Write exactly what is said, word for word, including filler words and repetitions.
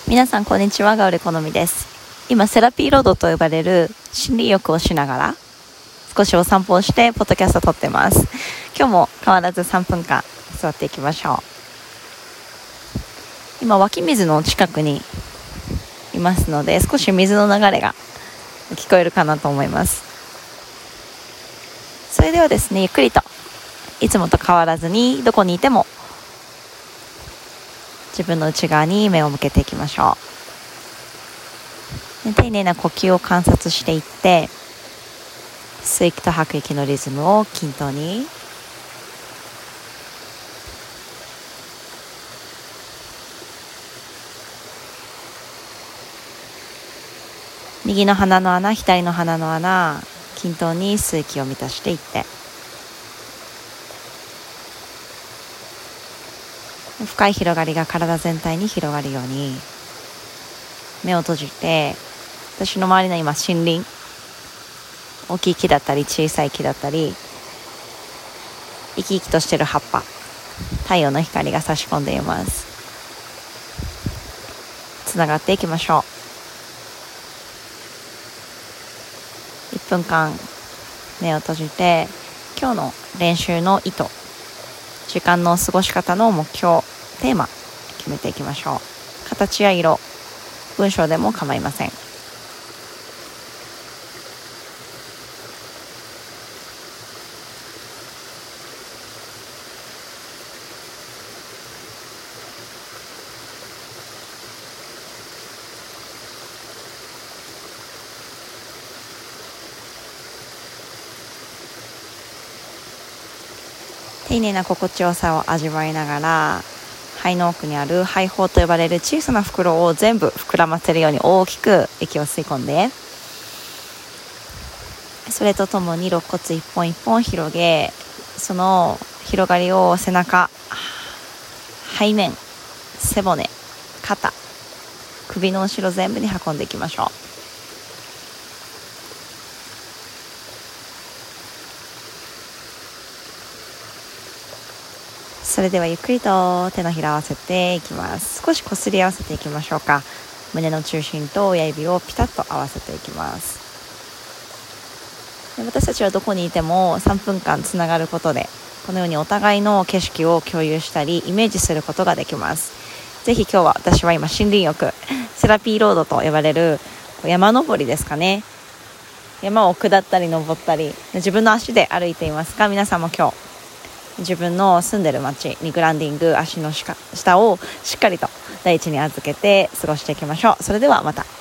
皆さんこんにちは、ガウレ好みです。今セラピーロードと呼ばれる森林浴をしながら少しお散歩をしてポッドキャストを撮ってます。今日も変わらずさんぷんかん座っていきましょう。今湧き水の近くにいますので、少し水の流れが聞こえるかなと思います。それではですね、ゆっくりといつもと変わらずにどこにいても自分の内側に目を向けていきましょう。丁寧な呼吸を観察していって、吸う息と吐く息のリズムを均等に。右の鼻の穴、左の鼻の穴、均等に吸う息を満たしていって、深い広がりが体全体に広がるように目を閉じて、私の周りの今森林、大きい木だったり小さい木だったり、生き生きとしている葉っぱ、太陽の光が差し込んでいます。つながっていきましょう。いっぷんかん目を閉じて、今日の練習の意図、時間の過ごし方の目標、テーマ決めていきましょう。形や色、文章でも構いません。丁寧な心地よさを味わいながら、肺の奥にある肺胞と呼ばれる小さな袋を全部膨らませるように大きく息を吸い込んで、それとともに肋骨一本一本広げ、その広がりを背中、背面、背骨、肩、首の後ろ全部に運んでいきましょう。それではゆっくりと手のひらを合わせていきます。少しこすり合わせていきましょうか。胸の中心と親指をピタッと合わせていきます。で、私たちはどこにいてもさんぷんかんつながることで、このようにお互いの景色を共有したりイメージすることができます。ぜひ今日は、私は今森林浴、セラピーロードと呼ばれる山登りですかね。山を下ったり登ったり、自分の足で歩いていますが、皆さんも今日自分の住んでる街にグランディング、足の下をしっかりと大地に預けて過ごしていきましょう。それではまた。